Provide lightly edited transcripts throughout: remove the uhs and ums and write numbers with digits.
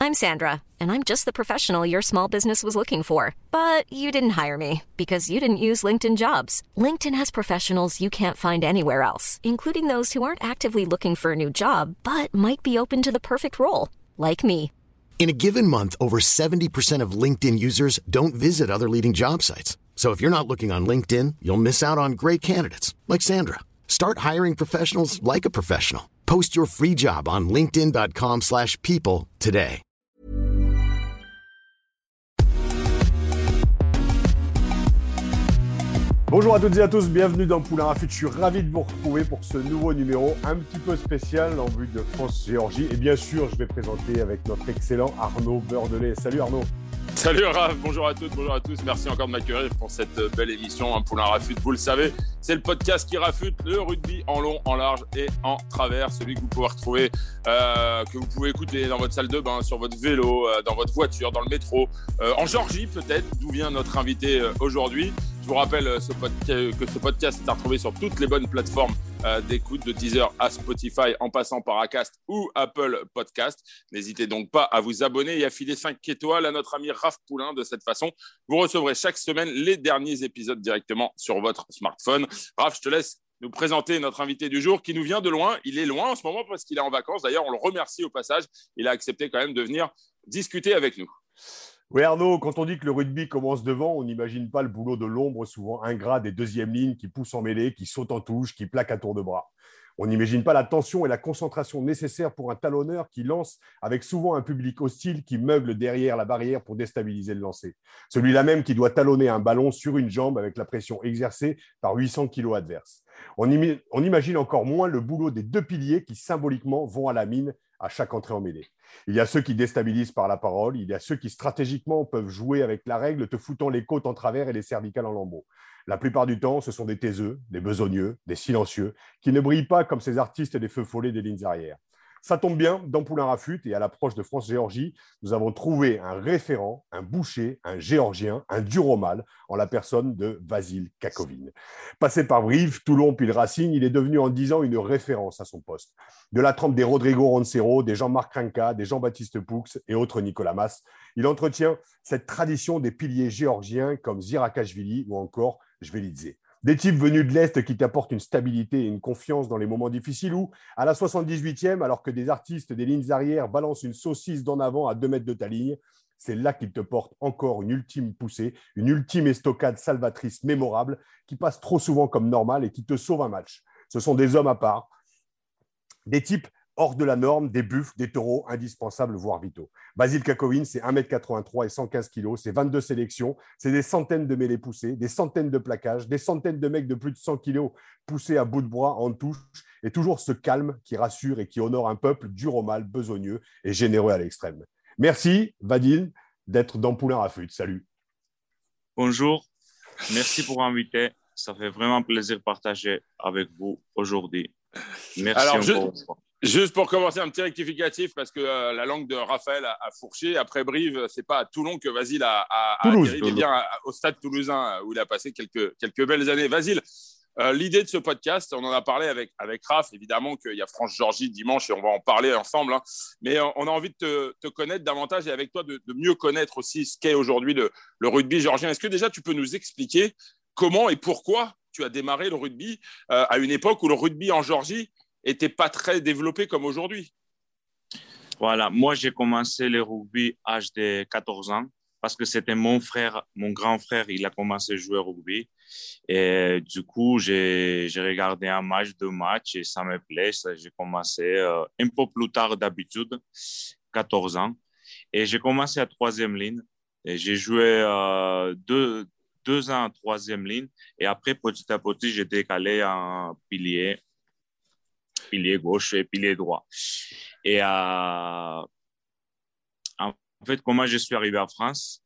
I'm Sandra, and I'm just the professional your small business was looking for. But you didn't hire me because you didn't use LinkedIn Jobs. LinkedIn has professionals you can't find anywhere else, including those who aren't actively looking for a new job, but might be open to the perfect role, like me. In a given month, over 70% of LinkedIn users don't visit other leading job sites. So if you're not looking on LinkedIn, you'll miss out on great candidates like Sandra. Start hiring professionals like a professional. Post your free job on linkedin.com/people today. Bonjour à toutes et à tous, bienvenue dans Poulain Rafut. Je suis ravi de vous retrouver pour ce nouveau numéro un petit peu spécial en vue de France-Géorgie. Et bien sûr, je vais présenter avec notre excellent Arnaud Beurdelet. Salut Arnaud. Salut Raph, bonjour à toutes, bonjour à tous. Merci encore de m'accueillir pour cette belle émission, un Poulain Rafut. Vous le savez, c'est le podcast qui rafute le rugby en long, en large et en travers. Celui que vous pouvez retrouver, que vous pouvez écouter dans votre salle de bain, sur votre vélo, dans votre voiture, dans le métro, en Géorgie peut-être, d'où vient notre invité aujourd'hui. Je vous rappelle que ce podcast est à retrouver sur toutes les bonnes plateformes d'écoute, de Deezer à Spotify, en passant par Acast ou Apple Podcast. N'hésitez donc pas à vous abonner et à filer 5 étoiles à notre ami Raph Poulain. De cette façon, vous recevrez chaque semaine les derniers épisodes directement sur votre smartphone. Raph, je te laisse nous présenter notre invité du jour qui nous vient de loin. Il est loin en ce moment parce qu'il est en vacances. D'ailleurs, on le remercie au passage. Il a accepté quand même de venir discuter avec nous. Oui Arnaud, quand on dit que le rugby commence devant, on n'imagine pas le boulot de l'ombre souvent ingrat des deuxièmes lignes qui poussent en mêlée, qui sautent en touche, qui plaquent à tour de bras. On n'imagine pas la tension et la concentration nécessaires pour un talonneur qui lance avec souvent un public hostile qui meugle derrière la barrière pour déstabiliser le lancer. Celui-là même qui doit talonner un ballon sur une jambe avec la pression exercée par 800 kilos adverses. On imagine encore moins le boulot des deux piliers qui symboliquement vont à la mine à chaque entrée en mêlée. Il y a ceux qui déstabilisent par la parole, il y a ceux qui stratégiquement peuvent jouer avec la règle, te foutant les côtes en travers et les cervicales en lambeaux. La plupart du temps, ce sont des taiseux, des besogneux, des silencieux, qui ne brillent pas comme ces artistes des feux follets des lignes arrières. Ça tombe bien, dans Poulain Rafut et à l'approche de France-Géorgie, nous avons trouvé un référent, un boucher, un géorgien, un dur au mal, en la personne de Vasil Kakovine. Passé par Brive, Toulon puis le Racing, il est devenu en 10 ans une référence à son poste. De la trempe des Rodrigo Roncero, des Jean-Marc Rinka, des Jean-Baptiste Poux et autres Nicolas Mas, il entretient cette tradition des piliers géorgiens comme Zirakashvili ou encore Jvelidze. Des types venus de l'Est qui t'apportent une stabilité et une confiance dans les moments difficiles où, à la 78e, alors que des artistes des lignes arrières balancent une saucisse d'en avant à 2 mètres de ta ligne, c'est là qu'ils te portent encore une ultime poussée, une ultime estocade salvatrice mémorable qui passe trop souvent comme normale et qui te sauve un match. Ce sont des hommes à part, des types hors de la norme, des buffles, des taureaux indispensables, voire vitaux. Vasil Kakovine, c'est 1m83 et 115 kg, c'est 22 sélections, c'est des centaines de mêlées poussées, des centaines de plaquages, des centaines de mecs de plus de 100 kg poussés à bout de bras, en touche, et toujours ce calme qui rassure et qui honore un peuple dur au mal, besogneux et généreux à l'extrême. Merci, Vasil, d'être dans Poulain Rafut. Salut. Bonjour, merci pour m'inviter. Ça fait vraiment plaisir de partager avec vous aujourd'hui. Merci encore une fois. Juste pour commencer, un petit rectificatif, parce que la langue de Raphaël a fourché. Après Brive, c'est pas à Toulon que Vasil a atterri, mais bien au stade toulousain où il a passé quelques belles années. Vasil, l'idée de ce podcast, on en a parlé avec Raph, évidemment qu'il y a France-Géorgie dimanche et on va en parler ensemble. Hein, mais on a envie de te connaître davantage et avec toi de mieux connaître aussi ce qu'est aujourd'hui le rugby géorgien. Est-ce que déjà tu peux nous expliquer comment et pourquoi tu as démarré le rugby à une époque où le rugby en Géorgie n'était pas très développé comme aujourd'hui? Voilà, moi j'ai commencé le rugby à l'âge de 14 ans parce que c'était mon frère, mon grand frère, il a commencé à jouer au rugby. Et du coup, j'ai regardé un match, 2 matchs et ça me plaît. J'ai commencé un peu plus tard d'habitude, 14 ans. Et j'ai commencé à 3e ligne. Et j'ai joué 2 ans en 3e ligne. Et après, petit à petit, j'ai décalé en pilier gauche et pilier droit. Et en fait, comment je suis arrivé en France?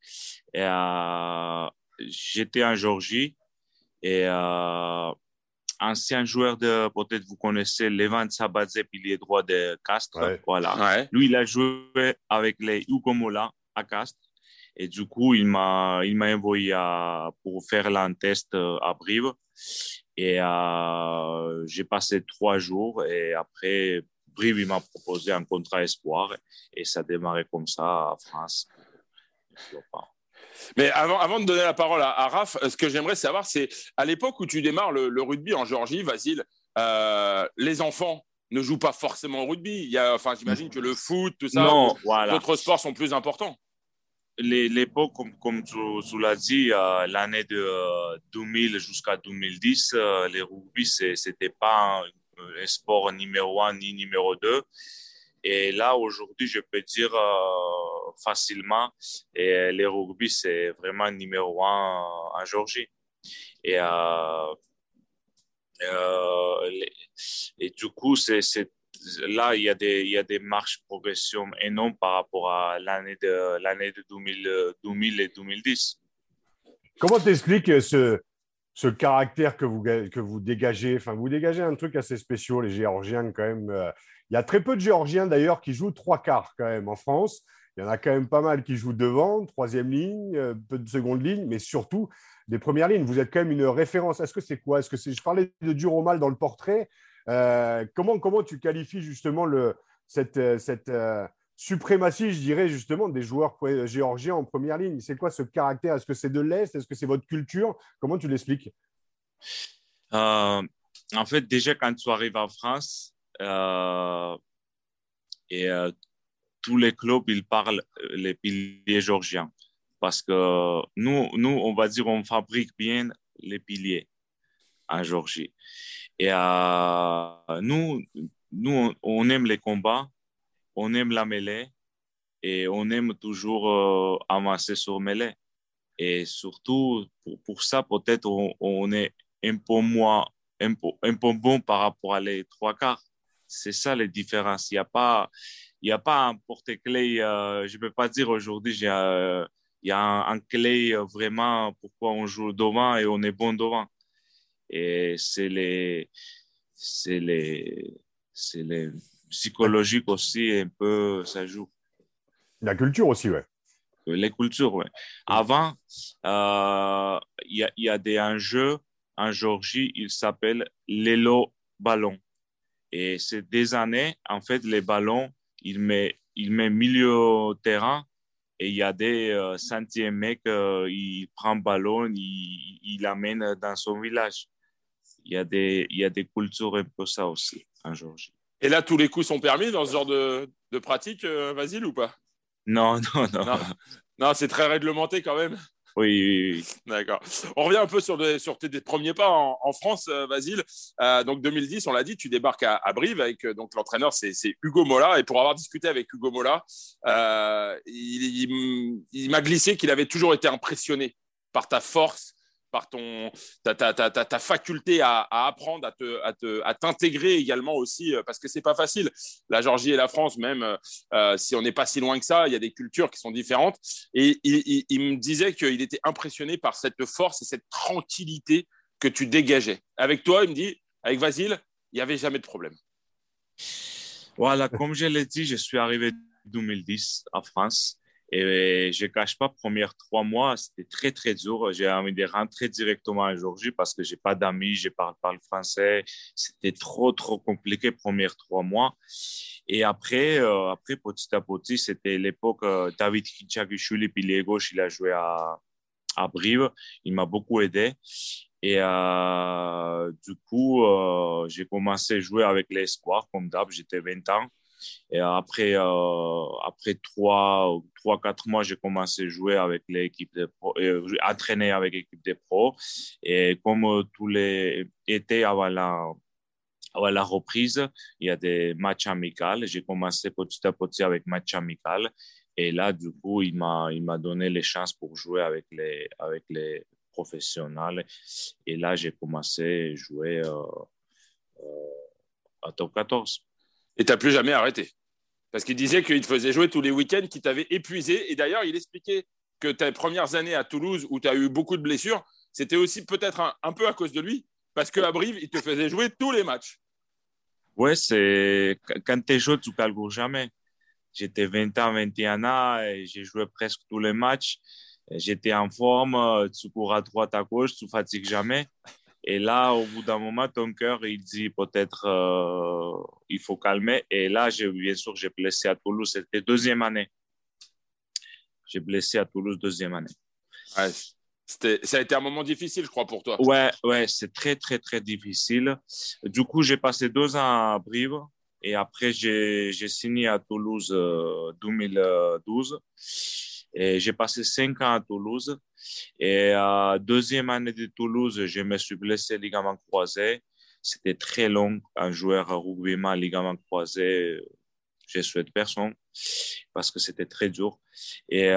J'étais en Géorgie et ancien joueur peut-être vous connaissez Levant Sabadze, pilier droit de Castres. Ouais. Voilà. Ouais. Lui, il a joué avec les Hugo Mola à Castres. Et du coup, il m'a envoyé pour faire un test à Brive. Et j'ai passé 3 jours et après, Brive, il m'a proposé un contrat espoir et ça a démarré comme ça à France. Mais avant de donner la parole à Raph, ce que j'aimerais savoir, c'est à l'époque où tu démarres le rugby en Géorgie, Vasile, les enfants ne jouent pas forcément au rugby. J'imagine que le foot, tout ça, non, voilà. D'autres sports sont plus importants. L'époque, comme tu l'as dit, l'année de 2000 jusqu'à 2010, les rugby, c'était pas un sport numéro 1 ni numéro 2. Et là, aujourd'hui, je peux dire facilement, les rugby, c'est vraiment numéro 1 en Géorgie. Et, et du coup, là, il y a des marches progression énormes par rapport à l'année de 2000 et 2010. Comment t'expliques ce caractère que vous dégagez? Enfin, vous dégagez un truc assez spécial, les Géorgiens, quand même. Il y a très peu de Géorgiens, d'ailleurs, qui jouent trois quarts, quand même, en France. Il y en a quand même pas mal qui jouent devant, troisième ligne, peu de seconde ligne, mais surtout des premières lignes. Vous êtes quand même une référence. Est-ce que c'est quoi? Je parlais de Duromal dans le portrait. Comment tu qualifies justement cette suprématie, je dirais, justement, des joueurs géorgiens en première ligne? C'est quoi ce caractère? Est-ce que c'est de l'Est? Est-ce que c'est votre culture? Comment tu l'expliques? En fait, déjà, quand tu arrives en France, tous les clubs, ils parlent les piliers géorgiens. Parce que nous, on va dire, on fabrique bien les piliers en Géorgie. Et nous, on aime les combats, on aime la mêlée et on aime toujours avancer sur mêlée. Et surtout, pour ça, peut-être on est un peu bon par rapport à les trois quarts. C'est ça les différences. Il y a pas un porte-clé. Je ne peux pas dire aujourd'hui, il y a un clé vraiment pourquoi on joue devant et on est bon devant. Et c'est les psychologiques aussi, un peu, ça joue. La culture aussi, ouais. Les cultures, ouais. Avant, il y a des enjeux en Géorgie, il s'appelle l'élo ballon. Et c'est des années, en fait, les ballons, il met milieu terrain et il y a des centièmes mecs, il prend le ballon, il l'amène dans son village. Il y a des cultures un peu ça aussi en Géorgie. Et là, tous les coups sont permis dans ce genre de pratique, Vasile, ou pas? Non. Non, c'est très réglementé quand même. Oui. D'accord. On revient un peu sur tes premiers pas en France, Vasile. Donc 2010, on l'a dit, tu débarques à Brive avec donc l'entraîneur, c'est Hugo Mola. Et pour avoir discuté avec Hugo Mola, il m'a glissé qu'il avait toujours été impressionné par ta force, par ta faculté à apprendre, à t'intégrer également aussi, parce que c'est pas facile. La Géorgie et la France, même si on n'est pas si loin que ça, il y a des cultures qui sont différentes. Et il me disait qu'il était impressionné par cette force et cette tranquillité que tu dégageais. Avec toi, il me dit, avec Vasile, il n'y avait jamais de problème. Voilà, comme je l'ai dit, je suis arrivé en 2010 en France. Et je ne cache pas, premiers 3 mois, c'était très, très dur. J'ai envie de rentrer directement en Géorgie parce que je n'ai pas d'amis, je ne parle pas le français. C'était trop, trop compliqué, premiers 3 mois. Et après, petit à petit, c'était l'époque David Khitchagishvili, pilier gauche, il a joué à Brive. Il m'a beaucoup aidé. Et du coup, j'ai commencé à jouer avec les espoirs, comme d'hab, j'étais 20 ans. Et après 3-4 mois, j'ai commencé à jouer avec l'équipe de pro, entraîner avec l'équipe des pros. Et comme tous les étés avant la reprise, il y a des matchs amicaux. J'ai commencé petit à petit avec matchs amicaux. Et là, du coup, il m'a donné les chances pour jouer avec les professionnels. Et là, j'ai commencé à jouer à top 14. Et tu n'as plus jamais arrêté. Parce qu'il disait qu'il te faisait jouer tous les week-ends, qu'il t'avait épuisé. Et d'ailleurs, il expliquait que tes premières années à Toulouse, où tu as eu beaucoup de blessures, c'était aussi peut-être un peu à cause de lui. Parce qu'à Brive, il te faisait jouer tous les matchs. Ouais, c'est quand tu es jeune, tu ne calcules jamais. J'étais 20 ans, 21 ans, et j'ai joué presque tous les matchs. J'étais en forme, tu cours à droite, à gauche, tu ne fatigues jamais. Et là, au bout d'un moment, ton cœur, il dit peut-être il faut calmer. Et là, bien sûr, j'ai blessé à Toulouse. C'était deuxième année. J'ai blessé à Toulouse deuxième année. Ouais, ça a été un moment difficile, je crois, pour toi. Ouais, c'est très, très, très difficile. Du coup, j'ai passé 2 ans à Brive et après, j'ai signé à Toulouse 2012 et j'ai passé 5 ans à Toulouse. Et deuxième année de Toulouse, je me suis blessé ligament croisé. C'était très long. Un joueur rugbyman ligament croisé, je souhaite personne parce que c'était très dur. Et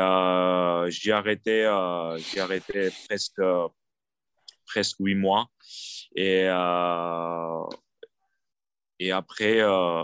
j'ai arrêté presque 8 mois. Et, et après,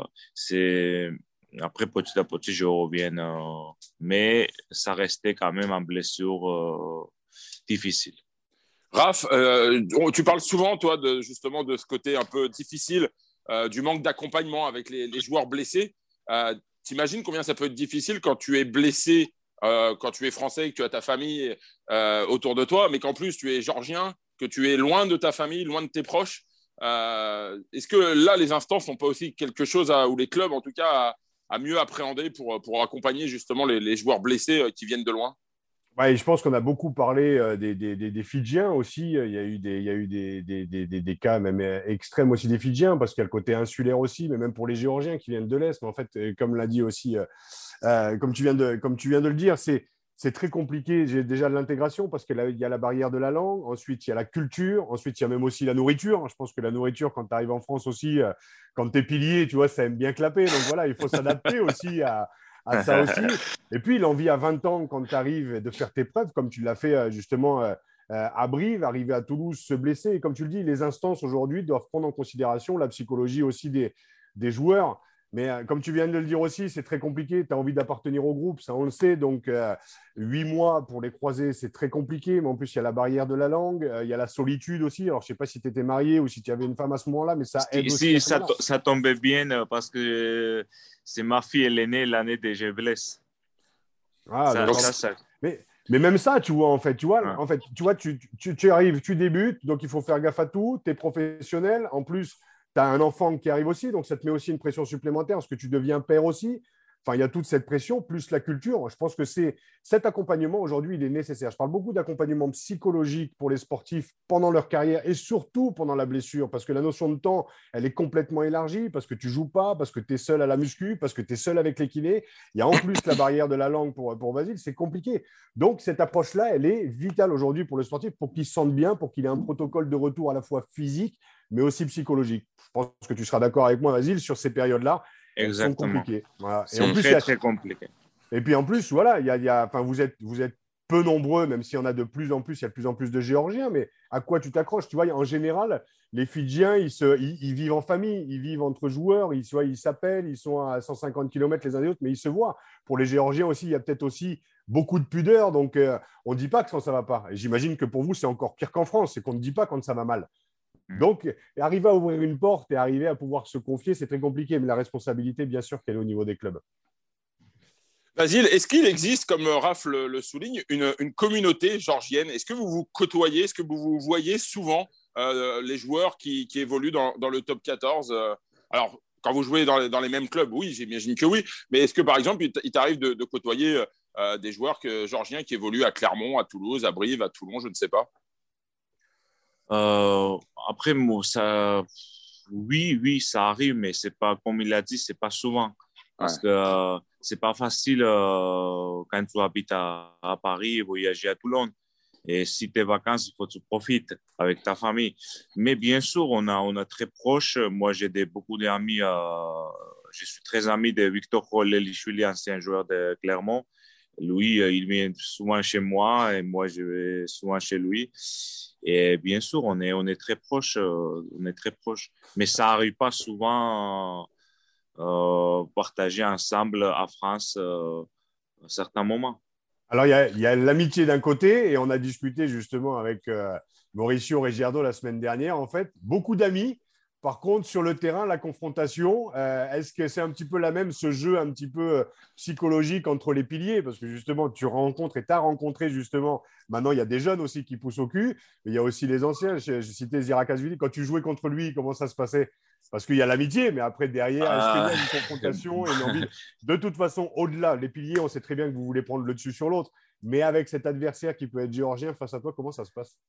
après, petit à petit, je reviens. Mais ça restait quand même une blessure difficile. Raph, tu parles souvent, toi, justement de ce côté un peu difficile, du manque d'accompagnement avec les joueurs blessés. T'imagines combien ça peut être difficile quand tu es blessé, quand tu es français, que tu as ta famille autour de toi, mais qu'en plus tu es géorgien, que tu es loin de ta famille, loin de tes proches. Est-ce que là, les instances n'ont pas aussi quelque chose, ou les clubs en tout cas, à mieux appréhender pour accompagner justement les joueurs blessés qui viennent de loin? Ouais, je pense qu'on a beaucoup parlé des Fidjiens aussi. Il y a eu des cas même extrêmes aussi des Fidjiens, parce qu'il y a le côté insulaire aussi, mais même pour les Géorgiens qui viennent de l'Est. Mais en fait, comme l'a dit aussi, comme tu viens de le dire, c'est très compliqué. J'ai déjà de l'intégration parce qu'il y a la barrière de la langue, ensuite il y a la culture, ensuite il y a même aussi la nourriture. Je pense que la nourriture, quand tu arrives en France aussi, quand tu es pilier, tu vois, ça aime bien clapper. Donc voilà, il faut s'adapter aussi à ça aussi. Et puis, l'envie à 20 ans, quand tu arrives, de faire tes preuves, comme tu l'as fait justement à Brive, arriver à Toulouse, se blesser. Et comme tu le dis, les instances aujourd'hui doivent prendre en considération la psychologie aussi des joueurs. Mais comme tu viens de le dire aussi, c'est très compliqué. Tu as envie d'appartenir au groupe, ça on le sait. Donc, 8 mois pour les croiser, c'est très compliqué. Mais en plus, il y a la barrière de la langue, il y a la solitude aussi. Alors, je ne sais pas si tu étais marié ou si tu avais une femme à ce moment-là, mais ça aide aussi. Si, ça tombait bien parce que c'est ma fille, elle est née l'année de je blesse. Ah, Ça. Mais même ça, tu vois, en fait, tu arrives, tu débutes, donc il faut faire gaffe à tout. Tu es professionnel. En plus, tu as un enfant qui arrive aussi, donc ça te met aussi une pression supplémentaire parce que tu deviens père aussi. Enfin, il y a toute cette pression, plus la culture. Je pense que cet accompagnement, aujourd'hui, il est nécessaire. Je parle beaucoup d'accompagnement psychologique pour les sportifs pendant leur carrière et surtout pendant la blessure, parce que la notion de temps, elle est complètement élargie, parce que tu ne joues pas, parce que tu es seul à la muscu, parce que tu es seul avec les kinés. Il y a en plus la barrière de la langue pour Vasile, c'est compliqué. Donc, cette approche-là, elle est vitale aujourd'hui pour le sportif, pour qu'il se sente bien, pour qu'il ait un protocole de retour à la fois physique, mais aussi psychologique. Je pense que tu seras d'accord avec moi, Vasile, sur ces périodes-là. Exactement. Sont compliquées. Voilà. C'est très compliqué. Et puis en plus, voilà, vous êtes peu nombreux, même s'il y en a de plus en plus, il y a de plus en plus de Géorgiens, mais à quoi tu t'accroches? Tu vois, en général, les Fidjiens, ils vivent en famille, ils vivent entre joueurs, ils s'appellent, ils sont à 150 km les uns des autres, mais ils se voient. Pour les Géorgiens aussi, il y a peut-être aussi beaucoup de pudeur, donc on ne dit pas que ça ne va pas. Et j'imagine que pour vous, c'est encore pire qu'en France, c'est qu'on ne dit pas quand ça va mal. Donc, arriver à ouvrir une porte et arriver à pouvoir se confier, c'est très compliqué. Mais la responsabilité, bien sûr, qu'elle est au niveau des clubs. Basile, est-ce qu'il existe, comme Raph le souligne, une communauté géorgienne? Est-ce que vous vous côtoyez? Est-ce que vous vous voyez souvent les joueurs qui évoluent dans le top 14? Alors, quand vous jouez dans les mêmes clubs, oui, j'imagine que oui. Mais est-ce que, par exemple, il t'arrive de côtoyer des joueurs géorgiens qui évoluent à Clermont, à Toulouse, à Brive, à Toulon, je ne sais pas? Après, moi, oui, ça arrive, mais c'est pas, comme il a dit, c'est pas souvent. Parce que c'est pas facile quand tu habites à Paris, voyager à Toulon. Et si tes vacances, il faut que tu profites avec ta famille. Mais bien sûr, on a très proche. Moi, j'ai beaucoup d'amis. Je suis très ami de Victor Rolelishvili, ancien joueur de Clermont. Lui, il vient souvent chez moi et moi, je vais souvent chez lui. Et bien sûr, on est très proches. On est très proches. Mais ça n'arrive pas souvent partager ensemble à France à certains moments. Alors, il y a l'amitié d'un côté, et on a discuté justement avec Mauricio Reggiardo la semaine dernière. En fait, beaucoup d'amis, Par contre, sur le terrain, la confrontation, est-ce que c'est un petit peu la même, ce jeu un petit peu psychologique entre les piliers? Parce que justement, tu rencontres et tu as rencontré justement, maintenant il y a des jeunes aussi qui poussent au cul, mais il y a aussi les anciens. J'ai cité Zirakashvili. Quand tu jouais contre lui, comment ça se passait? Parce qu'il y a l'amitié, mais après, derrière, est-ce qu'il y a une confrontation et une envie de toute façon, au-delà, les piliers, on sait très bien que vous voulez prendre le dessus sur l'autre, mais avec cet adversaire qui peut être géorgien face à toi, comment ça se passe?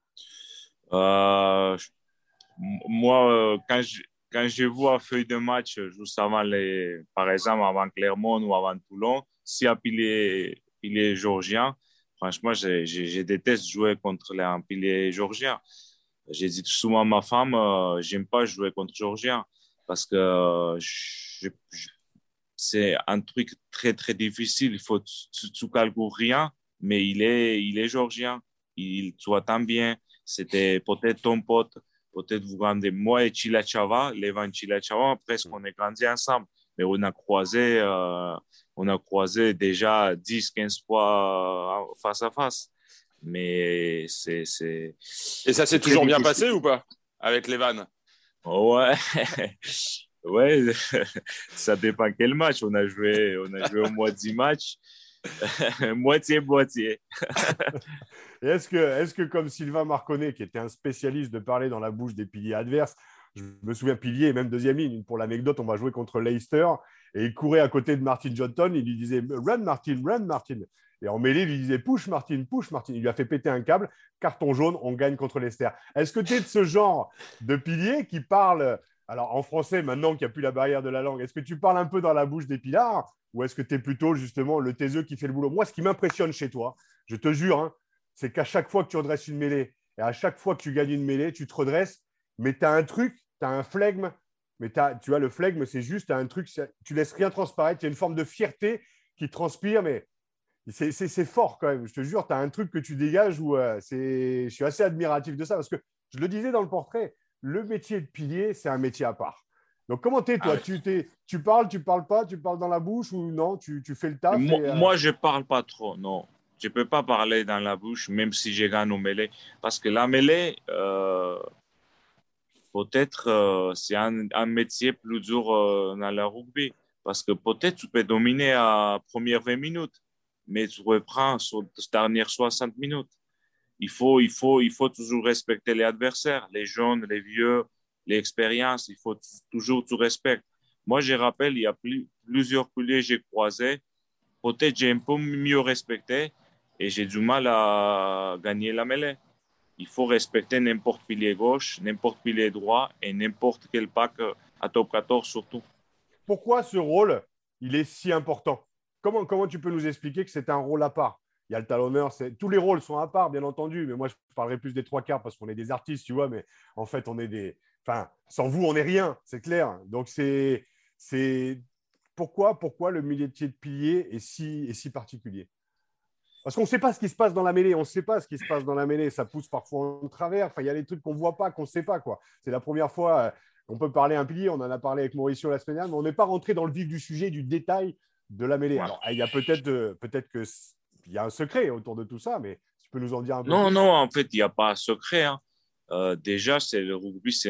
Euh, Moi, quand je vois feuille de match, justement, par exemple, avant Clermont ou avant Toulon, si un pilier géorgien, franchement, je déteste jouer contre un pilier géorgien. J'ai dit souvent à ma femme, j'aime pas jouer contre géorgien parce que c'est un truc très, très difficile. Il faut, tu calcules rien, mais il est géorgien. Il t'entend bien. C'était peut-être ton pote. Peut-être vous rendez moi et Chilachava, Levan Chilachava, presque on est grandi ensemble. Mais on a croisé déjà 10, 15 fois face à face. Mais Et ça s'est toujours bien passé ou pas avec Levan? Ouais, ouais, ça dépend quel match. On a joué au moins 10 matchs. Moitié. Et est-ce que comme Sylvain Marconnet, qui était un spécialiste de parler dans la bouche des piliers adverses, je me souviens pilier et même deuxième ligne, pour l'anecdote, on va jouer contre Leicester et il courait à côté de Martin Johnson, il lui disait run Martin. Et en mêlée, il lui disait push Martin. Il lui a fait péter un câble, carton jaune, on gagne contre Leicester. Est-ce que tu es de ce genre de pilier qui parle, alors en français, maintenant qu'il n'y a plus la barrière de la langue, est-ce que tu parles un peu dans la bouche des pilards ou est-ce que tu es plutôt justement le taiseux qui fait le boulot? Moi, ce qui m'impressionne chez toi, je te jure, hein, c'est qu'à chaque fois que tu redresses une mêlée et à chaque fois que tu gagnes une mêlée, tu te redresses, mais tu as un truc, tu as un flegme, mais tu vois, le flegme, c'est juste, tu as un truc, tu laisses rien transparaître, il y a une forme de fierté qui transpire, mais c'est fort quand même. Je te jure, tu as un truc que tu dégages où je suis assez admiratif de ça parce que je le disais dans le portrait, le métier de pilier, c'est un métier à part. Donc, comment t'es, toi? Tu parles pas, tu parles dans la bouche ou non? Tu fais le taf Moi, je parle pas trop, non. Je peux pas parler dans la bouche, même si je gagne au mêlée. Parce que la mêlée, peut-être, c'est un métier plus dur dans le rugby. Parce que peut-être tu peux dominer à première 20 minutes, mais tu reprends sur les dernières 60 minutes. Il faut toujours respecter les adversaires, les jeunes, les vieux, l'expérience. Il faut toujours tu respectes. Moi, je rappelle, il y a plusieurs piliers que j'ai croisés. Peut-être j'ai un peu mieux respecté et j'ai du mal à gagner la mêlée. Il faut respecter n'importe pilier gauche, n'importe pilier droit et n'importe quel pack à top 14 surtout. Pourquoi ce rôle, il est si important? Comment tu peux nous expliquer que c'est un rôle à part? Il y a le talonneur, tous les rôles sont à part, bien entendu, mais moi, je parlerai plus des trois quarts parce qu'on est des artistes, tu vois, mais en fait, on est des… Enfin, sans vous, on n'est rien, c'est clair. Donc, c'est… Pourquoi le métier de pilier est si particulier? Parce qu'on ne sait pas ce qui se passe dans la mêlée. On ne sait pas ce qui se passe dans la mêlée. Ça pousse parfois en travers. Enfin, il y a des trucs qu'on ne voit pas, qu'on ne sait pas, quoi. C'est la première fois qu'on peut parler un pilier. On en a parlé avec Mauricio la semaine dernière, mais on n'est pas rentré dans le vif du sujet, du détail de la mêlée. Alors, il y a peut-être qu'il y a un secret autour de tout ça, mais tu peux nous en dire un peu Non, plus? non, en fait, il n'y a pas un secret, hein. Déjà, le rugby, c'est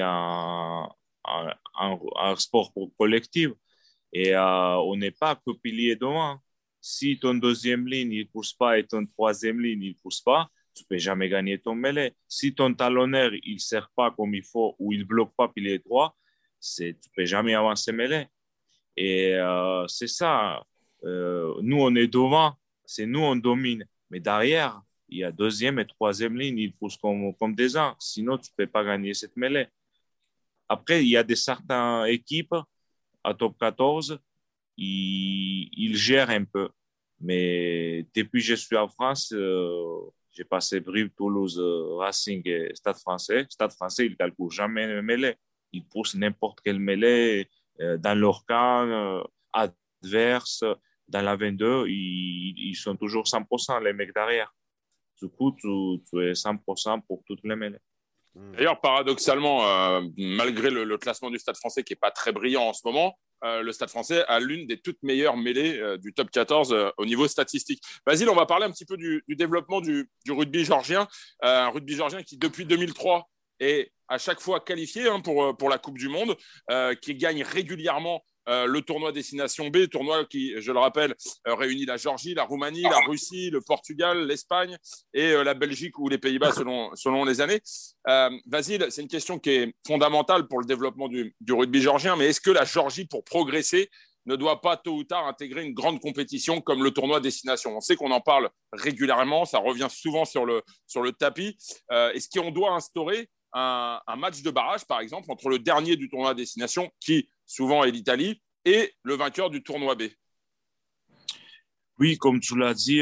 un sport collectif. Et on n'est pas que pilier devant. Si ton deuxième ligne ne pousse pas et ton troisième ligne ne pousse pas, tu ne peux jamais gagner ton mêlée. Si ton talonneur ne sert pas comme il faut ou il ne bloque pas pilier droit, tu ne peux jamais avancer mêlée. Et c'est ça. Nous, on est devant. C'est nous, on domine. Mais derrière, il y a deuxième et troisième ligne. Ils poussent comme des ans. Sinon, tu ne peux pas gagner cette mêlée. Après, il y a certaines équipes à top 14, il gère un peu. Mais depuis que je suis en France, j'ai passé Brive, Toulouse, Racing et Stade français. Stade français, ils ne calculent jamais le mêlée. Ils poussent n'importe quel mêlée dans leur camp, adverse, dans la 22. Ils sont toujours 100%, les mecs derrière. Du coup, tu es 100% pour toutes les mêlées. D'ailleurs, paradoxalement, malgré le classement du Stade français qui n'est pas très brillant en ce moment, le Stade français a l'une des toutes meilleures mêlées du top 14 au niveau statistique. Basile, on va parler un petit peu du développement du rugby géorgien. Un rugby géorgien qui, depuis 2003, est à chaque fois qualifié pour la Coupe du Monde, qui gagne régulièrement le tournoi Destination B, tournoi qui, je le rappelle, réunit la Géorgie, la Roumanie, la Russie, le Portugal, l'Espagne et la Belgique ou les Pays-Bas selon les années. Vasile, c'est une question qui est fondamentale pour le développement du rugby géorgien, mais est-ce que la Géorgie, pour progresser, ne doit pas tôt ou tard intégrer une grande compétition comme le tournoi Destination? On sait qu'on en parle régulièrement, ça revient souvent sur le tapis. Est-ce qu'on doit instaurer un match de barrage, par exemple, entre le dernier du tournoi Destination, qui souvent est l'Italie, et le vainqueur du tournoi B? Oui, comme tu l'as dit,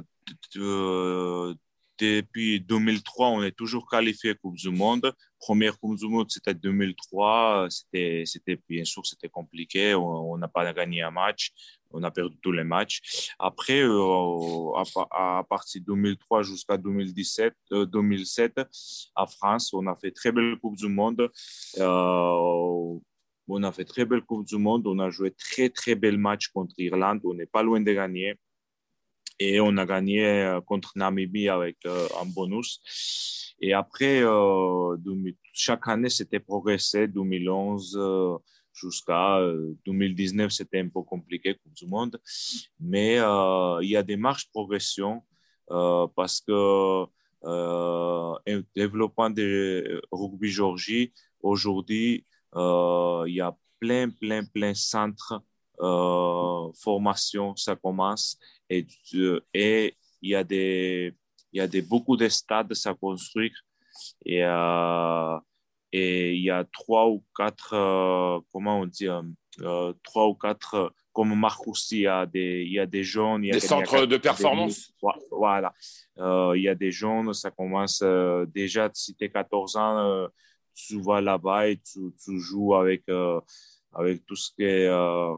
depuis 2003, on est toujours qualifié Coupe du Monde. Première Coupe du Monde, c'était 2003. Bien sûr, c'était compliqué. On n'a pas gagné un match. On a perdu tous les matchs. Après, à partir de 2003 jusqu'à 2007, à France, on a fait très belle Coupe du Monde. On a fait très belle Coupe du Monde. On a joué très, très bel match contre l'Irlande. On n'est pas loin de gagner. Et on a gagné contre Namibie avec un bonus. Et après, chaque année, c'était progressé. 2011 jusqu'à 2019, c'était un peu compliqué, Coupe du Monde. Mais il y a des marches de progression parce que développement de rugby Géorgie, aujourd'hui, il y a plein de centres formation, ça commence et il y a beaucoup de stades à construire et il y a trois ou quatre comme Marcoussis, il y a des jeunes, des centres de performance. Voilà, il y a des jeunes, ça commence déjà si tu es 14 ans, tu vas là-bas et tu joues avec tout ce qui est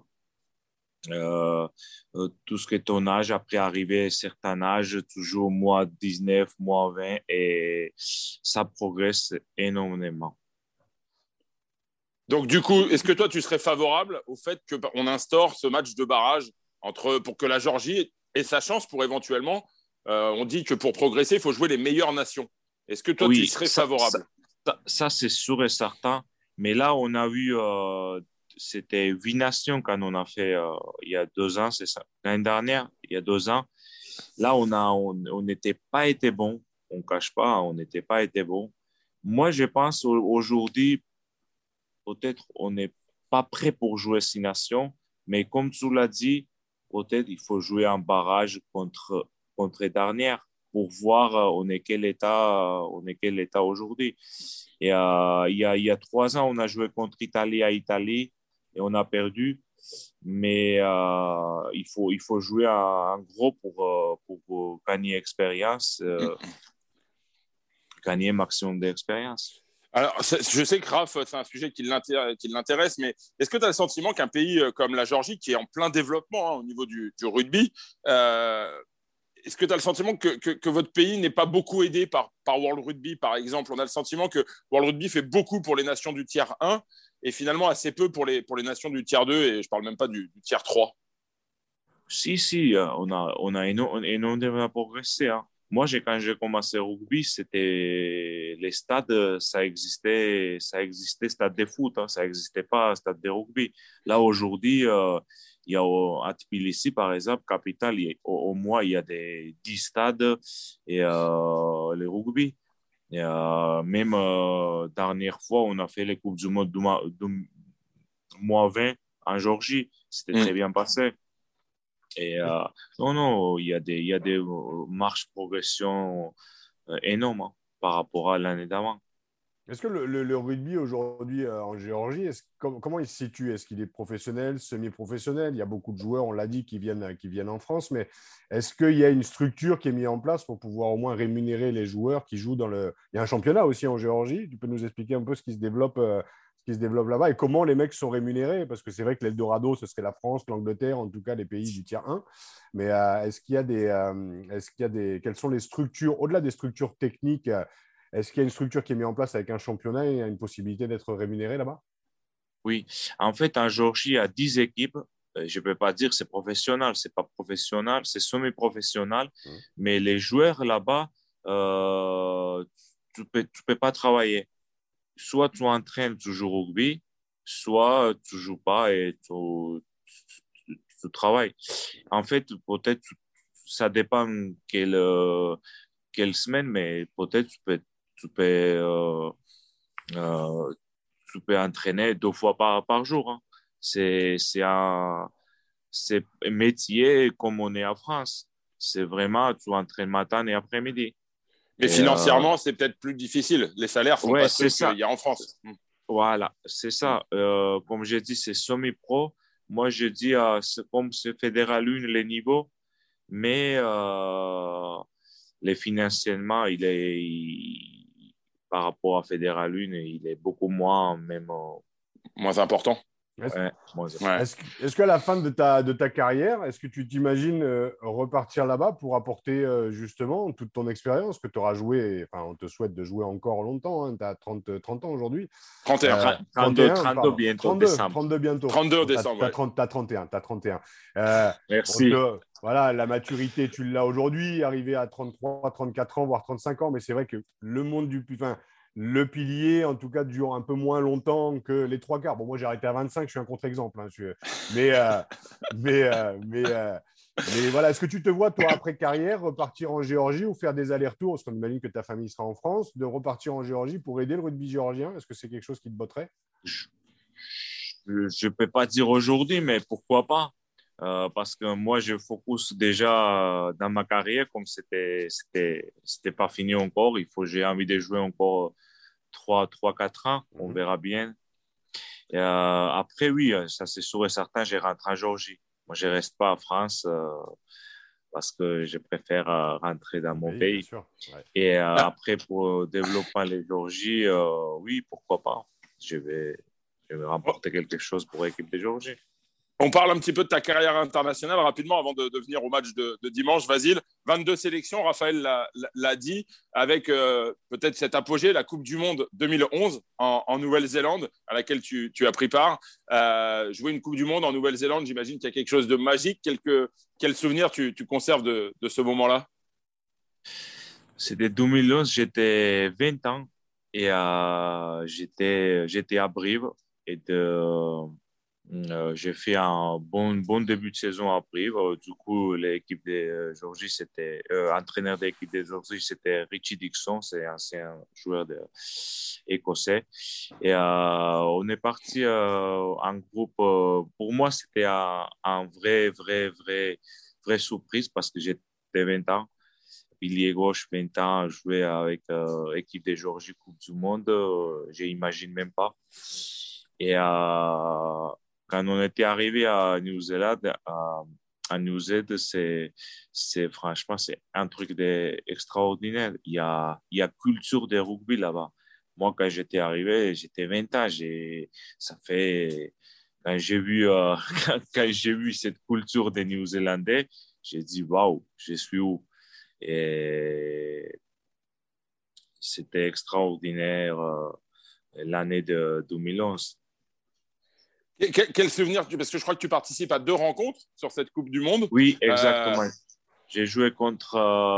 ton âge. Après arriver à un certain âge, tu joues au mois 19, mois 20 et ça progresse énormément. Donc, du coup, est-ce que toi, tu serais favorable au fait qu'on instaure ce match de barrage pour que la Géorgie ait sa chance pour éventuellement, on dit que pour progresser, il faut jouer les meilleures nations. Est-ce que toi, tu serais favorable? Ça, c'est sûr et certain. Mais là, on a vu, c'était 8 nations quand on a fait il y a 2 ans, c'est ça. L'année dernière, il y a 2 ans. Là, on n'était pas été bon. On ne cache pas, on n'était pas été bon. Moi, je pense aujourd'hui, peut-être on n'est pas prêt pour jouer 6 nations, mais comme tu l'as dit, peut-être il faut jouer un barrage contre les dernières pour voir on est quel état aujourd'hui. Et il y a 3 ans, on a joué contre Italie à Italie et on a perdu. Mais il faut jouer un gros pour gagner expérience, gagner maximum d'expérience. Alors, je sais que Raph, c'est un sujet qui l'intéresse, mais est-ce que tu as le sentiment qu'un pays comme la Géorgie, qui est en plein développement au niveau du rugby, est-ce que tu as le sentiment que votre pays n'est pas beaucoup aidé par World Rugby, par exemple? On a le sentiment que World Rugby fait beaucoup pour les nations du tiers 1 et finalement assez peu pour les nations du tiers 2, et je ne parle même pas du tiers 3. Si, on a énormément progressé. Hein. Moi, quand j'ai commencé le rugby, c'était les stades, ça existait stade de foot, hein, ça n'existait pas stade de rugby. Là, aujourd'hui, il y a à Tbilissi, par exemple, capitale, au moins, il y a des 10 stades et le rugby. Et, même dernière fois, on a fait les Coupes du Monde du mois 20 en Géorgie. C'était très bien passé. Et non, il y a des marches progression énormes par rapport à l'année d'avant. Est-ce que le rugby aujourd'hui en Géorgie, comment il se situe? Est-ce qu'il est professionnel, semi-professionnel? Il y a beaucoup de joueurs, on l'a dit, qui viennent en France, mais est-ce qu'il y a une structure qui est mise en place pour pouvoir au moins rémunérer les joueurs qui jouent Il y a un championnat aussi en Géorgie. Tu peux nous expliquer un peu ce qui se développe là-bas et comment les mecs sont rémunérés? Parce que c'est vrai que l'Eldorado, ce serait la France, l'Angleterre, en tout cas les pays du tiers 1. Mais quelles sont les structures, au-delà des structures techniques? Est-ce qu'il y a une structure qui est mise en place avec un championnat et il y a une possibilité d'être rémunéré là-bas? Oui, en fait, en Géorgie, il y a 10 équipes. Je ne peux pas dire que c'est professionnel, ce n'est pas professionnel, c'est semi-professionnel. Mais les joueurs là-bas, tu peux pas travailler. soit tu entraînes, tu joues au rugby, soit tu joues pas et tu travailles. En fait, peut-être, ça dépend quelle semaine, mais peut-être tu peux, euh, tu peux entraîner 2 fois par jour. Hein. C'est un métier comme on est en France. C'est vraiment, tu entraînes matin et après-midi. Mais Et, financièrement, c'est peut-être plus difficile. Les salaires sont ouais, pas c'est ceux ça. qu'il y a en France. Voilà, c'est ça. Comme j'ai dit, c'est semi-pro. Moi, je dis, c'est comme c'est Fédéral 1, les niveaux, mais les financièrement, par rapport à Fédéral 1, il est beaucoup moins, même. Moins important. Est-ce Ouais, moins. Ouais. est-ce qu'à la fin de ta carrière, est-ce que tu t'imagines repartir là-bas pour apporter justement toute ton expérience que tu auras joué, enfin on te souhaite de jouer encore longtemps, hein, tu as 30 ans aujourd'hui. 31. 32, 31, 32 pardon. bientôt, 32, décembre. 32 bientôt. 32 Bon, décembre. T'as Ouais. 30, t'as 31, t'as 31. Merci. Voilà, la maturité, tu l'as aujourd'hui, arrivé à 33, 34 ans, voire 35 ans, mais c'est vrai que le monde enfin, le pilier, en tout cas, dure un peu moins longtemps que les 3/4. Bon, moi, j'ai arrêté à 25, je suis un contre-exemple. Hein, mais, euh, mais, euh, mais, euh, mais voilà, est-ce que tu te vois, toi, après carrière, repartir en Géorgie ou faire des allers-retours, parce qu'on imagine que ta famille sera en France, de repartir en Géorgie pour aider le rugby géorgien? Est-ce que c'est quelque chose qui te botterait? Je peux pas dire aujourd'hui, mais pourquoi pas? Parce que moi, je focus déjà dans ma carrière, comme c'était pas fini encore. J'ai envie de jouer encore 4 ans. On verra bien. Et, après, oui, ça c'est sûr et certain, je rentre en Géorgie. Moi, je reste pas en France parce que je préfère rentrer dans mon Bien pays. sûr. Ouais. Et Ah. après, pour développer les Géorgie, oui, pourquoi pas? Je vais remporter quelque chose pour l'équipe de Géorgie. On parle un petit peu de ta carrière internationale rapidement avant de venir au match de dimanche. Vasile, 22 sélections, Raphaël l'a dit, avec peut-être cet apogée, la Coupe du Monde 2011 en Nouvelle-Zélande, à laquelle tu as pris part. Jouer une Coupe du Monde en Nouvelle-Zélande, j'imagine qu'il y a quelque chose de magique. Quel souvenir tu conserves de ce moment-là? C'était 2011, j'étais 20 ans et j'étais à Brive et j'ai fait un bon début de saison à Brive. Du coup, l'équipe de Géorgie, entraîneur de l'équipe de Géorgie, c'était Richie Dixon, c'est un ancien joueur écossais. Et on est parti en groupe. Pour moi, c'était un vrai surprise parce que j'étais 20 ans. Pilier gauche, 20 ans, jouer avec l'équipe de Géorgie Coupe du Monde, je n'imagine même pas. Et quand on était arrivé à New Zealand, franchement, c'est un truc extraordinaire. Il y a culture de rugby là-bas. Moi, quand j'étais arrivé, j'étais 20 ans. Ça fait, quand j'ai vu, quand j'ai vu cette culture des Néo-Zélandais, j'ai dit, waouh, je suis où? Et c'était extraordinaire l'année de 2011. Quel souvenir, parce que je crois que tu participes à 2 rencontres sur cette Coupe du Monde. Oui, exactement. J'ai joué contre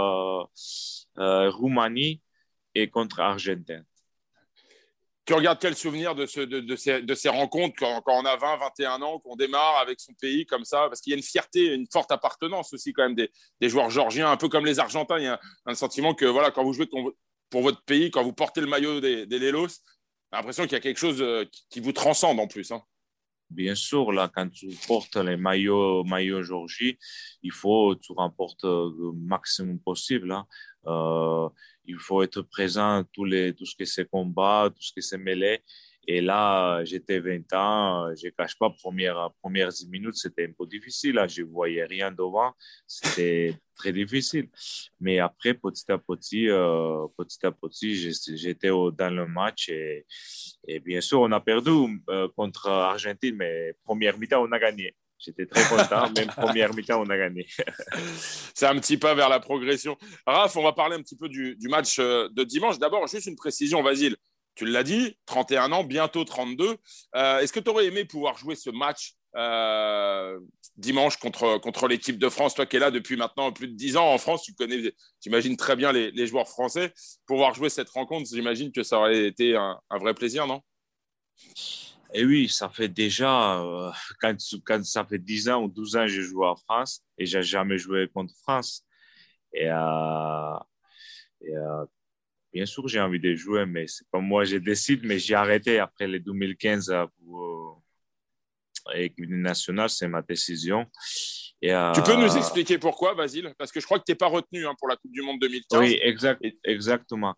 Roumanie et contre Argentine. Tu regardes quel souvenir de ces rencontres quand on a 20, 21 ans, qu'on démarre avec son pays comme ça? Parce qu'il y a une fierté, une forte appartenance aussi quand même des joueurs géorgiens, un peu comme les Argentins. Il y a un sentiment que voilà, quand vous jouez pour votre pays, quand vous portez le maillot des Lelos, j'ai l'impression qu'il y a quelque chose qui vous transcende en plus. Hein. Bien sûr, là, quand tu portes les maillots Géorgie, il faut que tu remportes le maximum possible. Hein. Il faut être présent tout ce que c'est combat, tout ce que c'est mêlée. Et là, j'étais 20 ans, je ne cache pas, premières 10 minutes, c'était un peu difficile. Là. Je ne voyais rien devant, c'était très difficile. Mais après, petit à petit, j'étais dans le match. Et bien sûr, on a perdu contre Argentine, mais première mi-temps, on a gagné. J'étais très content, même première mi-temps, on a gagné. C'est un petit pas vers la progression. Raph, on va parler un petit peu du match de dimanche. D'abord, juste une précision, Vasile. Tu l'as dit, 31 ans, bientôt 32. Est-ce que tu aurais aimé pouvoir jouer ce match dimanche contre l'équipe de France. Toi qui es là depuis maintenant plus de 10 ans en France, tu connais, j'imagine, très bien les joueurs français. Pouvoir jouer cette rencontre, j'imagine que ça aurait été un vrai plaisir, non? Et oui, ça fait déjà, quand ça fait 10 ans ou 12 ans que je joue en France et j'ai jamais joué contre France. Et, bien sûr, j'ai envie de jouer, mais c'est pas moi, je décide, mais j'ai arrêté après les 2015 pour l'équipe nationale, c'est ma décision. Et, tu peux nous expliquer pourquoi, Basile? Parce que je crois que tu n'es pas retenu pour la Coupe du Monde 2015. Oui, exactement.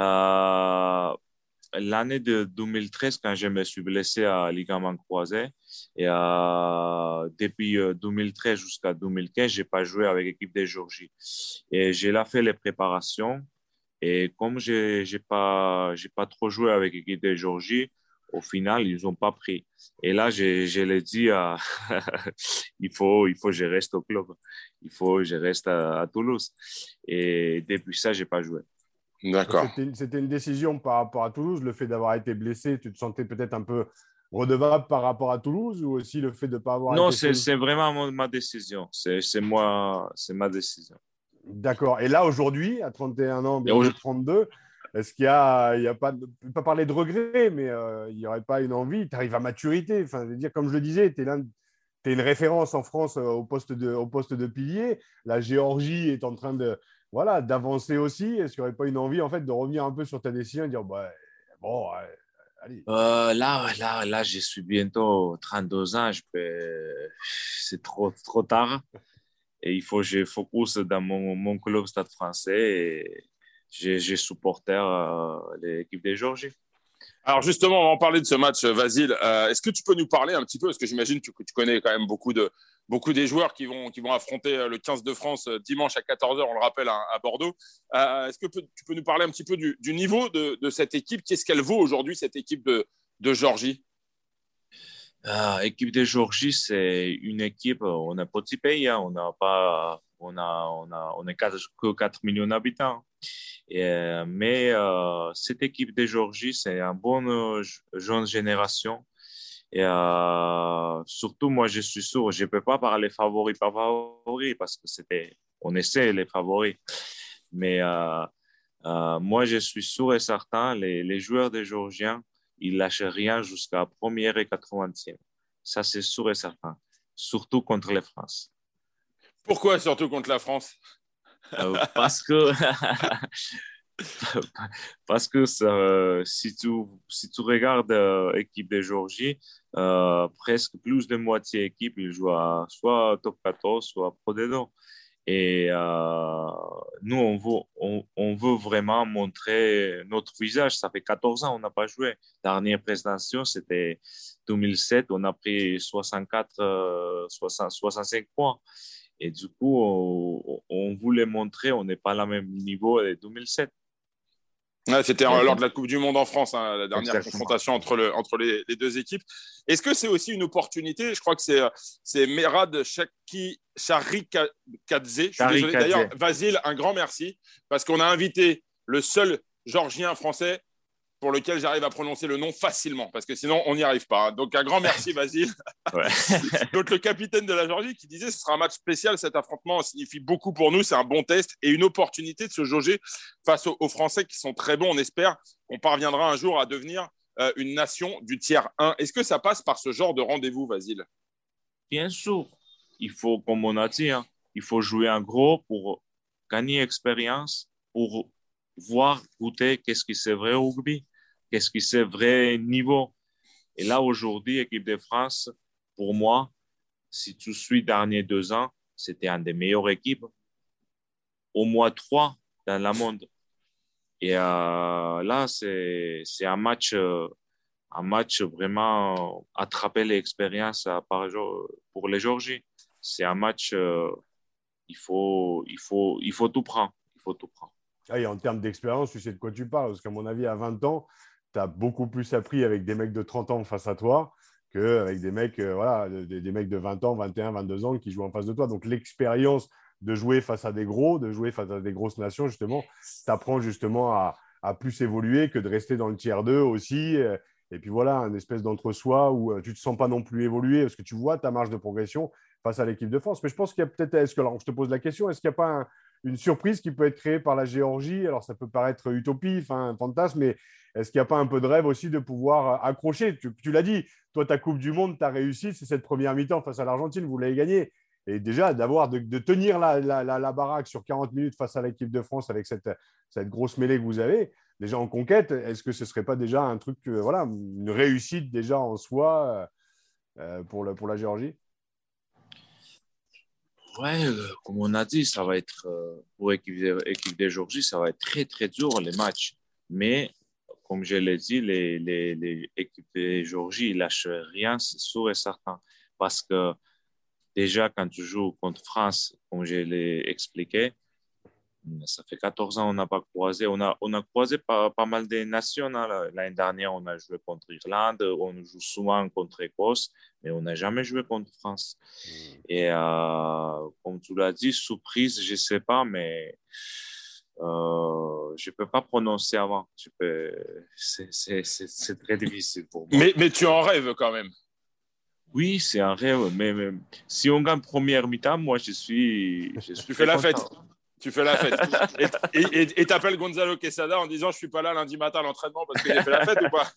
L'année de 2013, quand je me suis blessé à ligament croisé, et depuis 2013 jusqu'à 2015, je n'ai pas joué avec l'équipe de Géorgie. Et j'ai là fait les préparations. Et comme j'ai pas trop joué avec l'équipe de Géorgie, au final, ils ont pas pris. Et là, je l'ai dit, il faut que je reste au club. Il faut que je reste à Toulouse. Et depuis ça, j'ai pas joué. D'accord. C'était une décision par rapport à Toulouse, le fait d'avoir été blessé, tu te sentais peut-être un peu redevable par rapport à Toulouse ou aussi le fait de ne pas avoir Non, été... c'est vraiment ma décision. C'est moi, c'est ma décision. D'accord. Et là, aujourd'hui, à 31 ans, bientôt 32, est-ce qu'il y a pas, pas parler de regret, mais il n'y aurait pas une envie, tu arrives à maturité. Enfin, je veux dire, comme je le disais, tu es une référence en France au poste de pilier. La Géorgie est en train d'avancer aussi. Est-ce qu'il n'y aurait pas une envie, en fait, de revenir un peu sur ta décision et dire, bah, bon, allez. Là, je suis bientôt 32 ans. C'est trop tard. Et il faut que je focus dans mon club Stade Français et je supporter l'équipe de Géorgie. Alors justement, on va en parler de ce match, Vasile. Est-ce que tu peux nous parler un petit peu, parce que j'imagine que tu connais quand même beaucoup des joueurs qui vont affronter le 15 de France dimanche à 14h, on le rappelle, à Bordeaux. Est-ce que tu peux nous parler un petit peu du niveau de cette équipe? Qu'est-ce qu'elle vaut aujourd'hui, cette équipe de Géorgie? Équipe de Géorgie, c'est une équipe, on est un petit pays, hein, on est que 4 millions d'habitants. Mais cette équipe de Géorgie, c'est une bonne jeune génération. Et surtout, moi, je suis sûr, je ne peux pas parler favoris par favoris parce que on essaie les favoris. Mais moi, je suis sûr et certain, les joueurs des Géorgiens, ils lâchent rien jusqu'à première et 80e. Ça, c'est sûr et certain. Surtout contre la France. Pourquoi surtout contre la France? Parce que si tu regardes l'équipe de Géorgie, presque plus de moitié équipe, ils jouent soit top 14, soit Pro D2. Et nous, on veut vraiment montrer notre visage. Ça fait 14 ans, on n'a pas joué. La dernière présentation, c'était 2007. On a pris 65 points. Et du coup, on voulait montrer on n'est pas à même niveau de 2007. Ouais, c'était lors de la Coupe du Monde en France, hein, la dernière Exactement. confrontation entre les deux équipes. Est-ce que c'est aussi une opportunité? Je crois que c'est Merad Charikadze. Je suis désolé. D'ailleurs, Vasile, un grand merci, parce qu'on a invité le seul Géorgien français pour lequel j'arrive à prononcer le nom facilement, parce que sinon, on n'y arrive pas. Donc, un grand merci, Vasile. Ouais. Donc, le capitaine de la Géorgie qui disait que ce sera un match spécial, cet affrontement signifie beaucoup pour nous, c'est un bon test et une opportunité de se jauger face aux Français qui sont très bons. On espère qu'on parviendra un jour à devenir une nation du tiers 1. Est-ce que ça passe par ce genre de rendez-vous, Vasile? Bien sûr. Il faut, comme on a dit, hein, il faut jouer en gros pour gagner expérience, pour voir, goûter qu'est-ce qui c'est vrai au rugby, qu'est-ce qui c'est vrai niveau. Et là, aujourd'hui, l'équipe de France, pour moi, si tu suis derniers 2 ans, c'était une des meilleures équipes, au moins 3 dans le monde. Et là, c'est un match vraiment attraper l'expérience pour les Géorgies. C'est un match, il faut tout prendre. Il faut tout prendre. Ah, et en termes d'expérience, tu sais de quoi tu parles. Parce qu'à mon avis, à 20 ans, tu as beaucoup plus appris avec des mecs de 30 ans face à toi qu'avec des mecs, des mecs de 20 ans, 21, 22 ans qui jouent en face de toi. Donc, l'expérience de jouer face à des gros, de jouer face à des grosses nations, justement, t'apprends justement à plus évoluer que de rester dans le tiers 2 aussi Et puis voilà, une espèce d'entre-soi où tu ne te sens pas non plus évoluer parce que tu vois ta marge de progression face à l'équipe de France. Mais je pense qu'il y a peut-être, alors je te pose la question, est-ce qu'il n'y a pas une surprise qui peut être créée par la Géorgie? Alors ça peut paraître utopie, un fantasme, mais est-ce qu'il n'y a pas un peu de rêve aussi de pouvoir accrocher? Tu l'as dit, toi, ta Coupe du Monde, ta réussite, c'est cette première mi-temps face à l'Argentine, vous l'avez gagnée. Et déjà, de tenir la baraque sur 40 minutes face à l'équipe de France avec cette grosse mêlée que vous avez, déjà en conquête, est-ce que ce ne serait pas déjà un truc, voilà, une réussite déjà en soi pour la Géorgie? Ouais, comme on a dit, ça va être, pour l'équipe de Géorgie, ça va être très, très dur les matchs. Mais, comme je l'ai dit, les équipes de Géorgie, ils ne lâchent rien, c'est sûr et certain. Parce que déjà, quand tu joues contre France, comme je l'ai expliqué, ça fait 14 ans qu'on n'a pas croisé. On a croisé pas mal de nations. L'année dernière, on a joué contre l'Irlande. On joue souvent contre l'Écosse, mais on n'a jamais joué contre France. Et comme tu l'as dit, surprise, je ne sais pas, mais je ne peux pas prononcer avant. C'est très difficile pour moi. Mais tu en rêves quand même. Oui, c'est un rêve. Mais si on gagne première mi-temps, moi, je suis Tu fais la fête. Tu fais la fête. Et t'appelles Gonzalo Quesada en disant « Je suis pas là lundi matin à l'entraînement parce que j'ai fait la fête ou pas ?»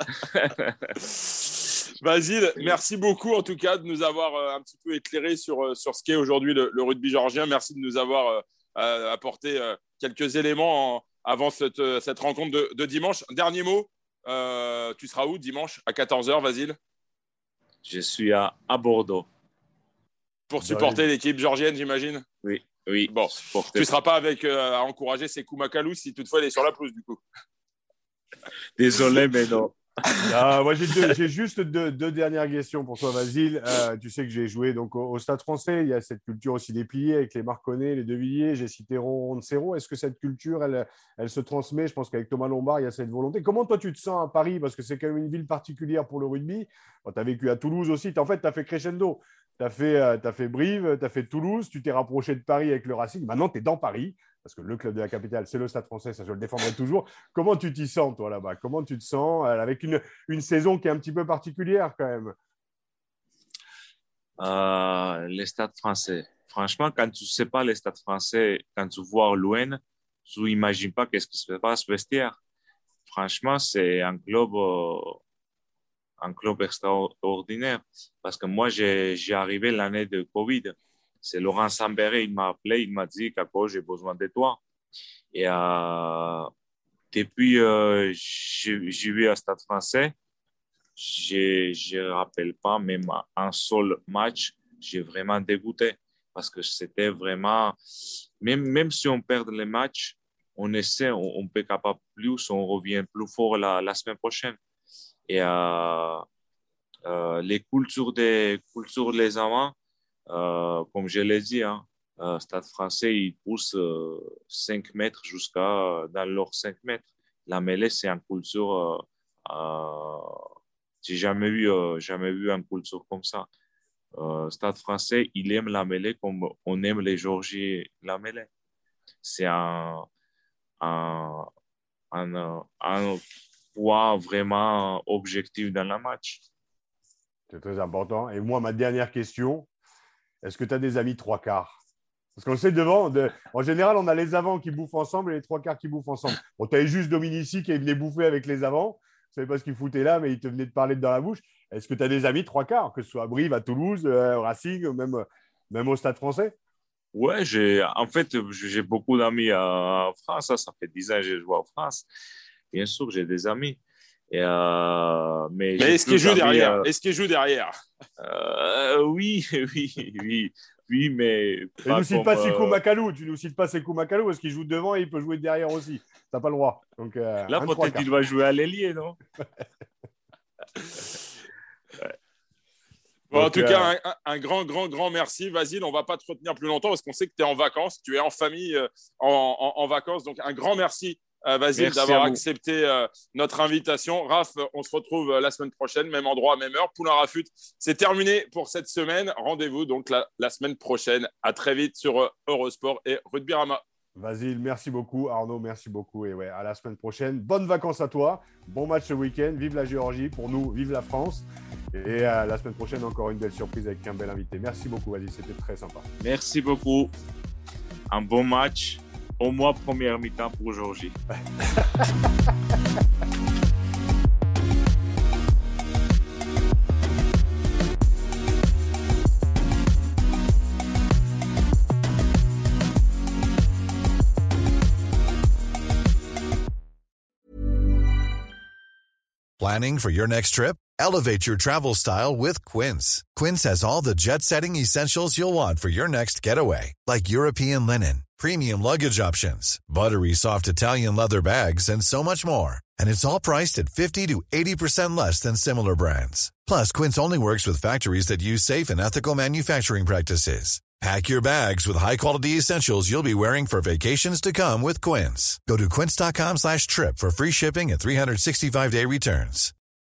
Basile, merci beaucoup en tout cas de nous avoir un petit peu éclairé sur ce qu'est aujourd'hui le rugby géorgien. Merci de nous avoir apporté quelques éléments avant cette rencontre de dimanche. Dernier mot, tu seras où dimanche à 14h, Basile? Je suis à Bordeaux. Pour supporter l'équipe géorgienne, j'imagine? Oui. Bon, tu ne seras pas à encourager Sekou Makalou si toutefois il est sur la pelouse, du coup. Désolé, mais non. Moi, j'ai juste deux dernières questions pour toi, Basile. Tu sais que j'ai joué donc, au Stade français. Il y a cette culture aussi dépliée avec les Marconnet, les De Villiers. J'ai cité Roncero. Est-ce que cette culture, elle se transmet? Je pense qu'avec Thomas Lombard, il y a cette volonté. Comment toi, tu te sens à Paris? Parce que c'est quand même une ville particulière pour le rugby. Tu as vécu à Toulouse aussi. En fait, tu as fait crescendo. Tu as fait Brive, tu as fait Toulouse. Tu t'es rapproché de Paris avec le Racing. Maintenant, tu es dans Paris. Parce que le club de la capitale, c'est le Stade français, ça je le défendrai toujours. Comment tu t'y sens, toi, là-bas? Comment tu te sens avec une saison qui est un petit peu particulière, quand même? Les stades français. Franchement, quand tu ne sais pas les stades français, quand tu vois loin, tu n'imagines pas qu'est-ce qui se passe au vestiaire. Franchement, c'est un club extraordinaire. Parce que moi, j'ai arrivé l'année de Covid. C'est Laurent Sambéré, il m'a appelé, il m'a dit Kako, j'ai besoin de toi. Et depuis, j'ai vu à Stade français, je ne rappelle pas même un seul match, j'ai vraiment dégoûté parce que c'était vraiment, même si on perd les matchs, on essaie, on peut capable plus, on revient plus fort la semaine prochaine. Et les cultures les amants, comme je l'ai dit, Stade français, il pousse 5 mètres jusqu'à dans leurs 5 mètres. La mêlée, c'est une culture, j'ai jamais vu une culture comme ça. Stade français, il aime la mêlée comme on aime les Géorgiens la mêlée. C'est un point vraiment objectif dans le match. C'est très important. Et moi, ma dernière question, est-ce que tu as des amis trois quarts? Parce qu'on le sait en général, on a les avants qui bouffent ensemble et les trois quarts qui bouffent ensemble. Bon, tu avais juste Dominici qui venait bouffer avec les avants. Je ne savais pas ce qu'il foutait là, mais il te venait de parler dans la bouche. Est-ce que tu as des amis trois quarts, que ce soit à Brive, à Toulouse, au Racing, même au Stade français? Ouais, j'ai beaucoup d'amis en France. Ça fait 10 ans que je joue en France. Bien sûr, j'ai des amis. Mais est-ce qu'ils jouent derrière? Est-ce qu'ils jouent derrière? Oui, mais. Tu ne nous cites pas Sekou Makalou. Tu ne nous cites pas Sekou Makalou parce qu'il joue devant et il peut jouer derrière aussi. Tu n'as pas le droit. Donc, là, peut-être qu'il va jouer à l'ailier, non? Ouais. Bon, en tout cas, un grand merci, Basile. On ne va pas te retenir plus longtemps parce qu'on sait que tu es en vacances. Tu es en famille en vacances. Donc, un grand merci. Basile, d'avoir accepté notre invitation. Raph, on se retrouve la semaine prochaine, même endroit, même heure. Poulain Rafut, c'est terminé pour cette semaine. Rendez-vous donc la semaine prochaine. À très vite sur Eurosport et Rugby Rama. Vasile, merci beaucoup. Arnaud, merci beaucoup. Et ouais, à la semaine prochaine. Bonnes vacances à toi. Bon match ce week-end. Vive la Géorgie. Pour nous, vive la France. Et la semaine prochaine, encore une belle surprise avec un bel invité. Merci beaucoup, Vasile. C'était très sympa. Merci beaucoup. Un bon match. Au moins, première mi-temps pour Géorgie. Planning for your next trip? Elevate your travel style with Quince. Quince has all the jet-setting essentials you'll want for your next getaway, like European linen, premium luggage options, buttery soft Italian leather bags, and so much more. And it's all priced at 50 to 80% less than similar brands. Plus, Quince only works with factories that use safe and ethical manufacturing practices. Pack your bags with high-quality essentials you'll be wearing for vacations to come with Quince. Go to quince.com/trip for free shipping and 365-day returns.